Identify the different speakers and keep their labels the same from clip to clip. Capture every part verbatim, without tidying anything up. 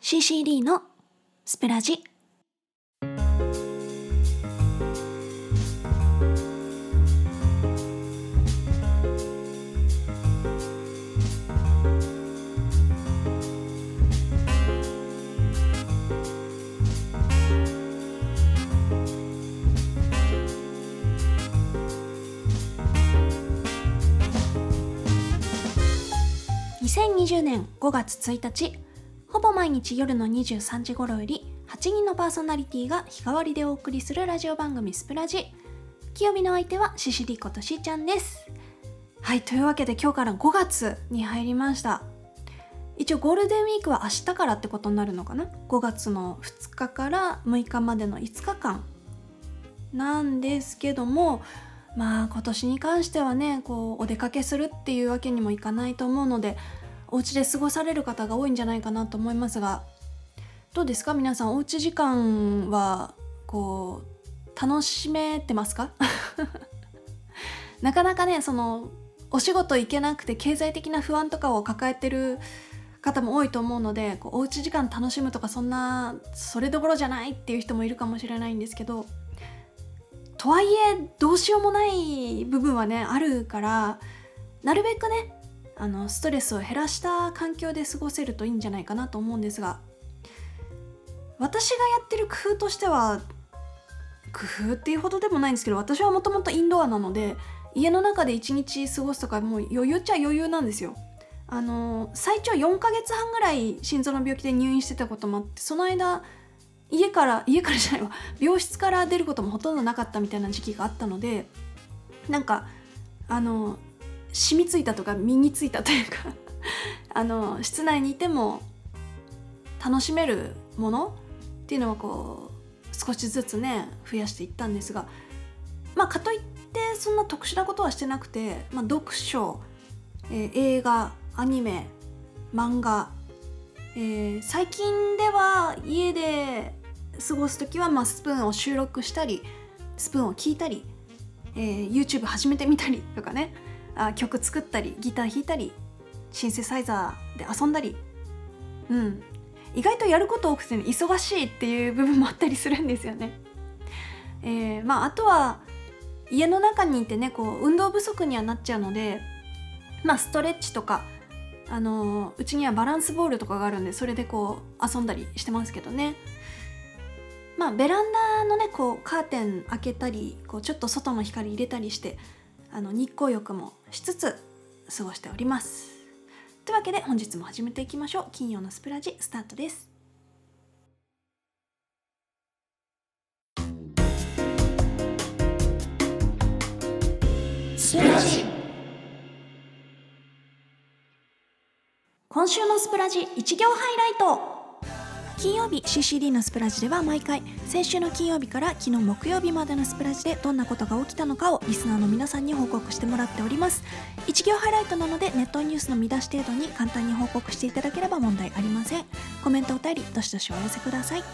Speaker 1: シーシーディー のスプラジ。にせんにじゅうねんごがつついたち、ほぼ毎日夜のにじゅうさんじ頃よりはちにんのパーソナリティが日替わりでお送りするラジオ番組スプラジ。金曜日の相手はシシリことしーちゃんです。はい、というわけで今日からごがつに入りました。一応ゴールデンウィークは明日からってことになるのかな。ごがつのふつかからむいかまでのいつかかんなんですけども、まあ今年に関してはね、こうお出かけするっていうわけにもいかないと思うので、お家で過ごされる方が多いんじゃないかなと思いますが、どうですか皆さん、おうち時間はこう楽しめてますかなかなかね、そのお仕事行けなくて経済的な不安とかを抱えてる方も多いと思うので、こうおうち時間楽しむとかそんなそれどころじゃないっていう人もいるかもしれないんですけど、とはいえどうしようもない部分はねあるから、なるべくねあのストレスを減らした環境で過ごせるといいんじゃないかなと思うんですが、私がやってる工夫としては、工夫っていうほどでもないんですけど、私はもともとインドアなので家の中で一日過ごすとかもう余裕っちゃ余裕なんですよ。あの最長よんかげつはんぐらい心臓の病気で入院してたこともあって、その間家から家からじゃないわ病室から出ることもほとんどなかったみたいな時期があったので、なんかあの染みついたとか身についたというかあの室内にいても楽しめるものっていうのはこう少しずつね増やしていったんですが、まあかといってそんな特殊なことはしてなくて、まあ、読書、えー、映画、アニメ、漫画、えー、最近では家で過ごすときは、まあ、スプーンを収録したりスプーンを聞いたり、えー、YouTube 始めてみたりとかね、あ曲作ったりギター弾いたりシンセサイザーで遊んだり、うん意外とやること多くて、ね、忙しいっていう部分もあったりするんですよね。えー、まああとは家の中にいてねこう運動不足にはなっちゃうので、まあストレッチとか、あのー、うちにはバランスボールとかがあるんで、それでこう遊んだりしてますけどね。まあベランダのねこうカーテン開けたり、こうちょっと外の光入れたりして、あの日光浴もしつつ過ごしております。というわけで本日も始めていきましょう。金曜のスプラジスタートです。スプラジ。今週のスプラジ一行ハイライト。金曜日 シーシーディー のスプラジでは毎回先週の金曜日から昨日木曜日までのスプラジでどんなことが起きたのかをリスナーの皆さんに報告してもらっております。一行ハイライトなのでネットニュースの見出し程度に簡単に報告していただければ問題ありません。コメントお便りどしどしお寄せください。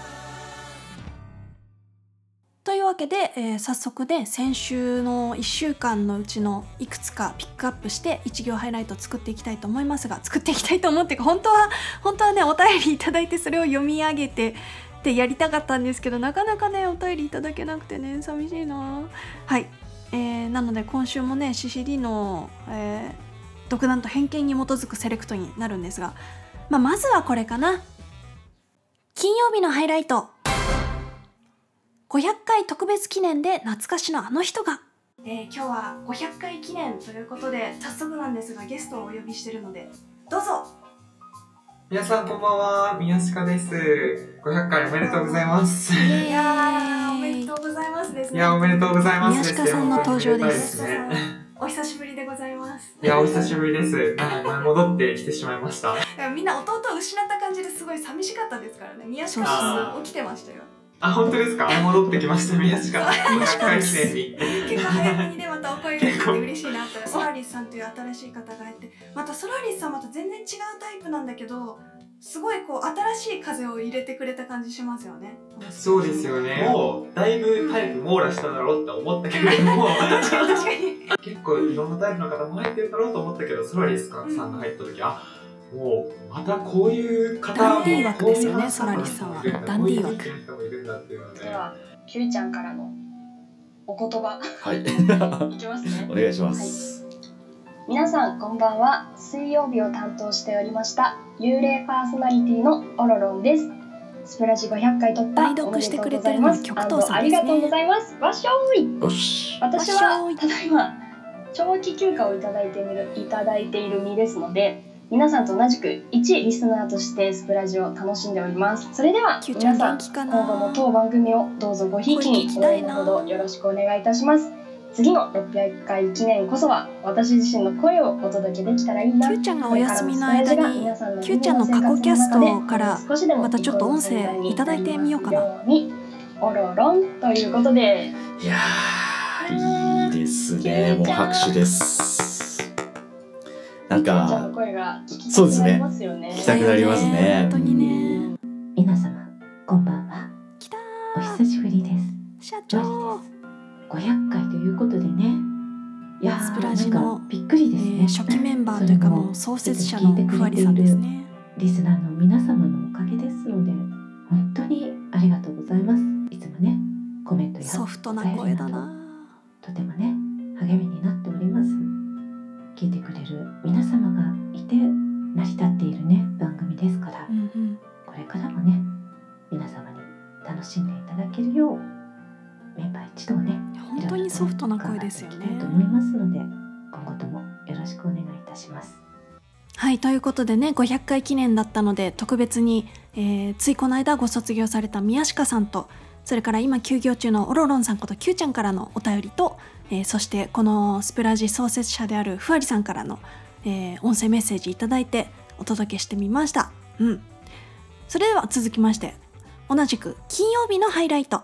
Speaker 1: というわけで、えー、早速ね先週のいっしゅうかんのうちのいくつかピックアップして一行ハイライトを作っていきたいと思いますが、作っていきたいと思ってか本当は本当はねお便りいただいてそれを読み上げてってやりたかったんですけど、なかなかねお便りいただけなくてね寂しいな。はい、えー、なので今週もね シーシーディー の、えー、独断と偏見に基づくセレクトになるんですが、まあ、まずはこれかな。金曜日のハイライト、ごひゃっかい特別記念で懐かしのあの人が、えー、今日はごひゃっかい記念ということで早速なんですがゲストをお呼びしているのでどうぞ。
Speaker 2: 皆さんこんばんは、宮鹿です。ごひゃっかいおめでとうございます。
Speaker 1: いやーおめでとうございますですね。
Speaker 2: いやおめでとうございますです。
Speaker 1: 宮鹿さんの登場です。
Speaker 2: ね、
Speaker 1: お久しぶりでございます。
Speaker 2: いやお久しぶりです。戻ってきてしまいました。
Speaker 1: みんな弟を失った感じですごい寂しかったですからね。宮鹿さん起きてましたよ。
Speaker 2: あ、本当ですか。戻ってきました、宮鹿。ごひゃっかい記念に。
Speaker 1: 結構早めにね、またお声がけて嬉しいなと。ソラリスさんという新しい方がいて、またソラリスさんまた全然違うタイプなんだけど、すごいこう新しい風を入れてくれた感じしますよね。
Speaker 2: そうですよね。もうだいぶタイプ網羅しただろうって思ったけれども
Speaker 1: 確かに確かに
Speaker 2: 結構いろんなタイプの方も入ってるだろうと思ったけど、ソラリスさんが入った時、あ、 もうまたこういう方
Speaker 1: ダンディー枠ですよね、ソラリスさんは。ダンディー枠。
Speaker 3: では、キュウちゃんからのお言葉、
Speaker 4: はい。
Speaker 3: いきますね。
Speaker 4: お願いします。
Speaker 3: はい、皆さんこんばんは。水曜日を担当しておりました幽霊パーソナリティのオロロンです。スプラジごひゃっかい突破おめでとうございます。ありがとうございます。わっしょーい。
Speaker 4: よし。
Speaker 3: 私はただいま長期休暇をいただいているいただいている身ですので、皆さんと同じく一リスナーとしてスプラジを楽しんでおります。それでは皆さん今後も当番組をどうぞごひいきに応援のほどよろしくお願いいたします。次のろっぴゃっかい記念こそは私自身の声をお届けできたらいいな。
Speaker 1: キュウちゃんがお休みの間にキュウちゃんの過去キャストからまたちょっと音声いただいてみようかな。
Speaker 3: オロロンということで、
Speaker 4: いやーいいですね。もう拍手です。なんかそうですね。聞きたくなりますね。
Speaker 1: 本当にね。
Speaker 5: 皆様こんばんは。
Speaker 1: 来た
Speaker 5: お久しぶりです。
Speaker 1: 社長。
Speaker 5: ごひゃっかいということでね。いや
Speaker 1: スプラジの
Speaker 5: びっくりですね、
Speaker 1: えー、初期メンバーというかもう創設者のふわりさんですね。
Speaker 5: リスナーの皆様のおかげですので本当にありがとうございます。いつもねコメントや
Speaker 1: ソフトな声だな。
Speaker 5: とてもね励みになっております。聞いてくれる皆様がいて成り立っているね番組ですから、
Speaker 1: うんうん、
Speaker 5: これからもね皆様に楽しんでいただけるようメンバー一同ね
Speaker 1: 本当にソフトな声ですよね。
Speaker 5: と思いますので今後ともよろしくお願いいたします。
Speaker 1: はい、ということでねごひゃっかい記念だったので特別に、えー、ついこの間ご卒業された宮鹿さんと、それから今休業中のオロロンさんことキュウちゃんからのお便りと、えー、そしてこのスプラジ創設者であるふわりさんからの、えー、音声メッセージいただいてお届けしてみました。うん。それでは続きまして同じく金曜日のハイライト。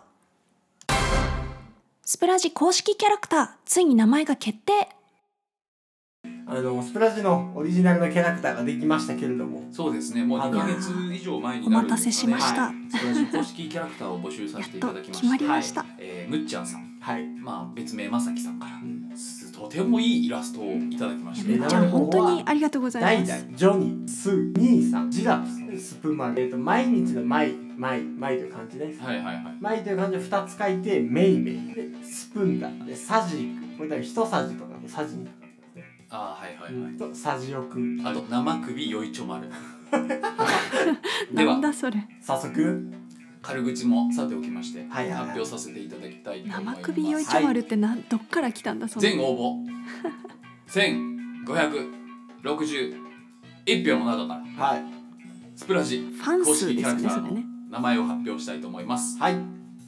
Speaker 1: スプラジ公式キャラクターついに名前が決定。
Speaker 6: あのスプラジのオリジナルのキャラクターができましたけれども、
Speaker 7: そうですね、もうにかげつ以上前になるんですかね。
Speaker 1: お待たせしました、
Speaker 7: はい、スプラジ公式キャラクターを募集させていただきました。
Speaker 1: やっと決まりました、
Speaker 7: はい、えー、むっちゃんさん、
Speaker 6: はい、
Speaker 7: まあ、別名まさきさんから、うん、とてもいいイラストをいただきまして、
Speaker 1: むっちゃん本当にありがとうございます。
Speaker 6: 代々ジョニー、スー、兄さん、ジラプス、スプマン、えーと毎日の毎毎毎という感じです。
Speaker 7: はいはいはい。
Speaker 6: 毎という漢字をふたつ書いてメイメイでスプンダでサジーク、これ多分一さじとかのサジに。
Speaker 7: ああはいはいはい。
Speaker 6: とサジオくん。
Speaker 7: あと生首よいちょ丸。
Speaker 1: ではなんだそれ。
Speaker 6: 早速
Speaker 7: 軽口もさておきまして、
Speaker 6: はいはいはい、
Speaker 7: 発表させていただきたいと思います。
Speaker 1: 生首よいちょ丸ってな、はい、どっから来たんだその。
Speaker 7: 全応募せんごひゃくろくじゅういち票の中から、はい、スプラジ公式キャラクターの名前を発表したいと思います。
Speaker 6: はい。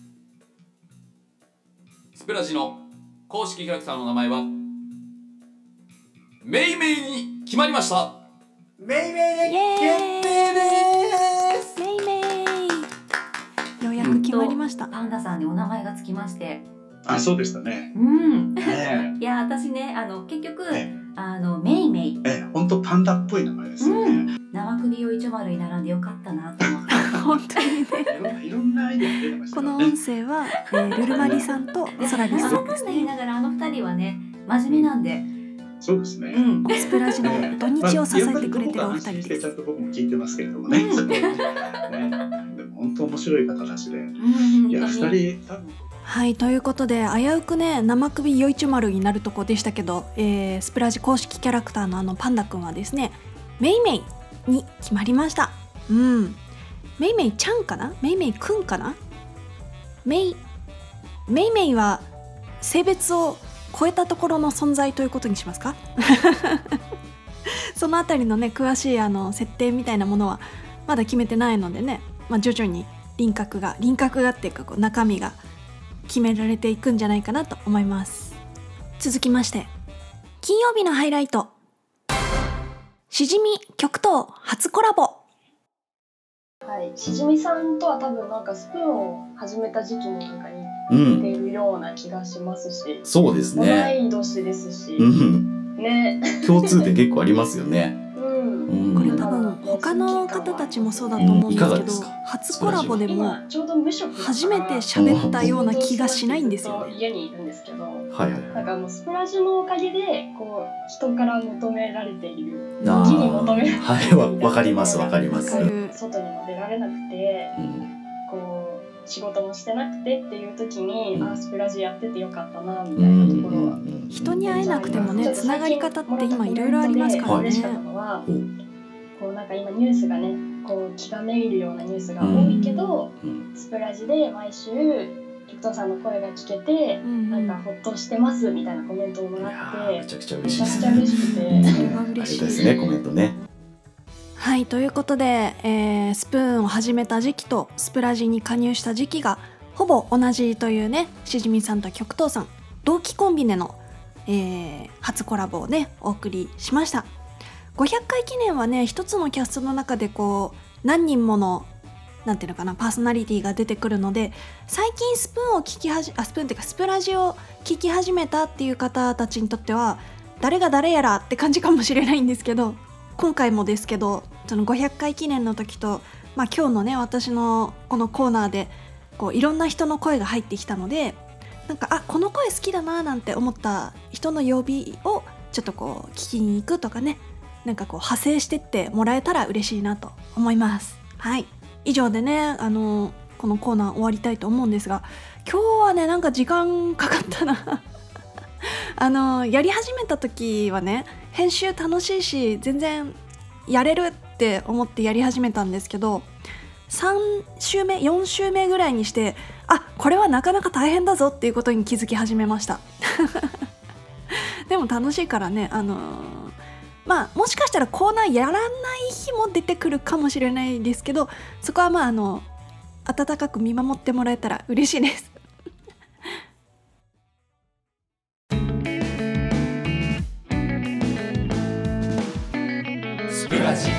Speaker 7: スプラジの公式キャラクターの名前はメイメイに決まりました。
Speaker 6: メイメイで決定です。
Speaker 1: メイメイようやく決まりました。
Speaker 8: パンダさんにお名前がつきまして。
Speaker 9: あ、そうでしたね。
Speaker 8: うん。ね、いや私ねあの結局、ね、あのメイメイ。
Speaker 9: え、本当パンダっぽい名前ですよね。うん、
Speaker 8: 生首よいちょ丸に並んでよかったなと思って。
Speaker 1: 本当にね。
Speaker 9: いろんなアイデア出てましたね。
Speaker 1: この音声は、えー、ルルマリさんとソラリさんですね。
Speaker 8: 言いながらあの二人はね真面目なんで。
Speaker 9: そうですね。
Speaker 8: うん、
Speaker 1: スプラジの土日を支えてくれてるお二人です。
Speaker 9: ちゃんと僕も聞いてますけれどもね。うん、ねでも本当面白い方たちで、うん、いや二人多分。
Speaker 1: はいということで危うくね生首よいちょ丸になるとこでしたけど、えー、スプラジ公式キャラクターのあのパンダくんはですねメイメイに決まりました。うん。メイメイちゃんかな？メイメイくんかな？メイメイメイは性別を超えたところの存在ということにしますか？そのあたりのね詳しいあの設定みたいなものはまだ決めてないのでね、まあ、徐々に輪郭が輪郭がっていうかこう中身が決められていくんじゃないかなと思います。続きまして金曜日のハイライト、しじみ極東初コラボ。
Speaker 3: はい、しじみさんとは多分なんかスプーンを始めた時期の中に似ているような気がしますし、
Speaker 4: うん、そうですね。
Speaker 3: 同い年ですし、
Speaker 4: うん、
Speaker 3: ね、
Speaker 4: 共通点結構ありますよね。
Speaker 3: うん、
Speaker 1: これ多分ほ他の方たちもそうだと思うんですけど、
Speaker 4: うん、です
Speaker 1: 初コラボでも初めて喋ったような気がしないんですよね。
Speaker 3: 家にいるんですけど、
Speaker 4: はいはい、
Speaker 3: なんかもうスプラジのおかげでこう人から求められている、義に求められている、
Speaker 4: はい、わ、わかりますわかります。
Speaker 3: 外にも出られなくて、うん、こう仕事もしてなくてっていう時に、うん、あスプラジやっててよかったなみたいなところは、うん、
Speaker 1: 人に会えなくてもね、つながり方って今いろいろありますからね。
Speaker 3: 嬉しかったのは、こうなんか今ニュースがね、こう気がめいるようなニュースが多いけど、うん、スプラジで毎週菊藤さんの声が聞けて、うん、なんかほっとしてますみたいなコメントをもらって、
Speaker 4: めちゃくちゃ嬉しいです
Speaker 3: ね。めちゃくちゃ嬉しくて、
Speaker 1: それは嬉しい
Speaker 4: ですね、コメントね。
Speaker 1: はい、ということで、えー、スプーンを始めた時期とスプラジに加入した時期がほぼ同じというね、しじみさんと極東さん同期コンビでの、えー、初コラボをねお送りしました。ごひゃっかい記念はね、一つのキャストの中でこう何人ものなんていうのかな、パーソナリティが出てくるので、最近スプーンを聞きはじあスプーンっていうかスプラジを聞き始めたっていう方たちにとっては誰が誰やらって感じかもしれないんですけど、今回もですけど、そのごひゃっかい記念の時と、まあ、今日のね私のこのコーナーでこういろんな人の声が入ってきたので、なんかあこの声好きだななんて思った人の曜日をちょっとこう聞きに行くとかね、なんかこう派生してってもらえたら嬉しいなと思います。はい、以上でね、あのこのコーナー終わりたいと思うんですが、今日はねなんか時間かかったなあのやり始めた時はね、編集楽しいし全然やれるって思ってやり始めたんですけど、さん週目よん週目ぐらいにして、あこれはなかなか大変だぞっていうことに気づき始めましたでも楽しいからね、あのー、まあもしかしたらコーナーやらない日も出てくるかもしれないですけど、そこはまああの温かく見守ってもらえたら嬉しいです
Speaker 7: スプラジ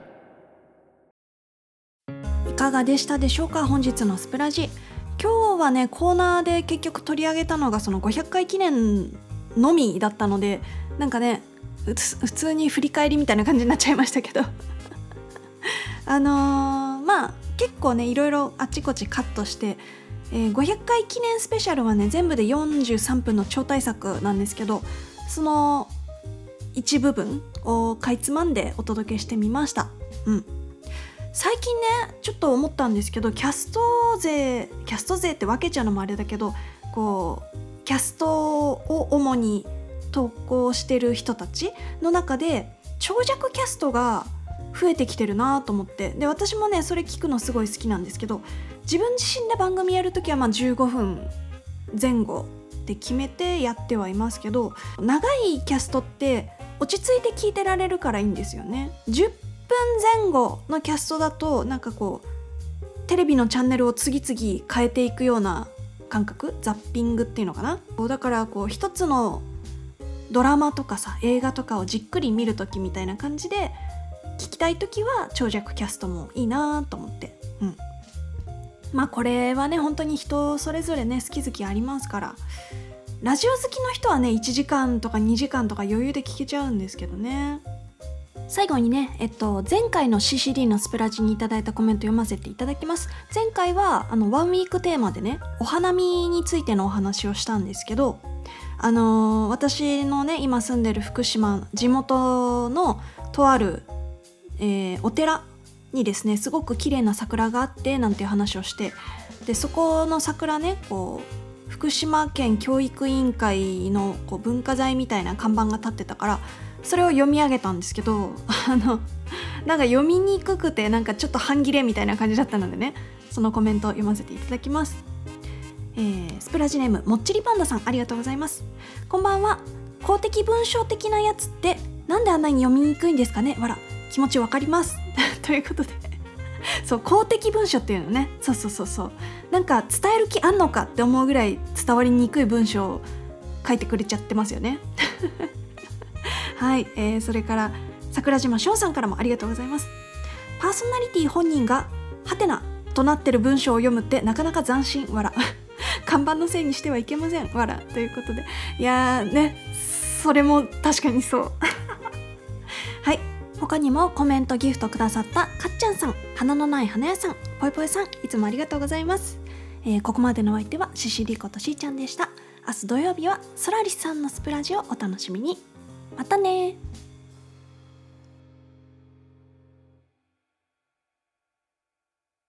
Speaker 1: いかがでしたでしょうか。本日のスプラジ、今日はねコーナーで結局取り上げたのがそのごひゃっかい記念のみだったので、なんかね普通に振り返りみたいな感じになっちゃいましたけどあのー、まあ結構ねいろいろあちこちカットして、えー、ごひゃっかい記念スペシャルはね全部でよんじゅうさんぷんの超大作なんですけど、その一部分をかいつまんでお届けしてみました。うん、最近ねちょっと思ったんですけど、キャスト勢キャスト勢って分けちゃうのもあれだけど、こうキャストを主に投稿してる人たちの中で長尺キャストが増えてきてるなと思って、で私もねそれ聞くのすごい好きなんですけど、自分自身で番組やるときはまあじゅうごふんぜん後って決めてやってはいますけど、長いキャストって落ち着いて聞いてられるからいいんですよね。じゅっぷんぜん後のキャストだとなんかこうテレビのチャンネルを次々変えていくような感覚、ザッピングっていうのかな。だからこう一つのドラマとかさ映画とかをじっくり見るときみたいな感じで聞きたいときは長尺キャストもいいなと思って、うん、まあこれはね本当に人それぞれね好き好きありますから、ラジオ好きの人はねいちじかんとかにじかんとか余裕で聞けちゃうんですけどね。最後にね、えっと、前回の シーシーディー のスプラジにいただいたコメント読ませていただきます。前回はあのワンウィークテーマでねお花見についてのお話をしたんですけど、あのー、私のね今住んでる福島地元のとある、えー、お寺にですねすごく綺麗な桜があってなんていう話をして、でそこの桜ねこう福島県教育委員会のこう文化財みたいな看板が立ってたから、それを読み上げたんですけど、あのなんか読みにくくてなんかちょっと半切れみたいな感じだったのでね、そのコメントを読ませていただきます。えー、スプラジネームもっちりパンダさん、ありがとうございます。こんばんは。公的文章的なやつってなんであんなに読みにくいんですかね。わら気持ちわかりますということでそう公的文書っていうのね、そうそうそうそう、なんか伝える気あんのかって思うぐらい伝わりにくい文章を書いてくれちゃってますよねはい、えー、それから桜島翔さんからもありがとうございます。パーソナリティ本人がハテナとなってる文章を読むってなかなか斬新、わら看板のせいにしてはいけません、わらということで、いやーね、それも確かにそうはい、 他にもコメントギフトくださったかっちゃんさん、花のない花屋さん、ぽいぽいさん、いつもありがとうございます。えー、ここまでのお相手はシシリコとしーちゃんでした。明日土曜日はソラリスさんのスプラジをお楽しみに。またねー。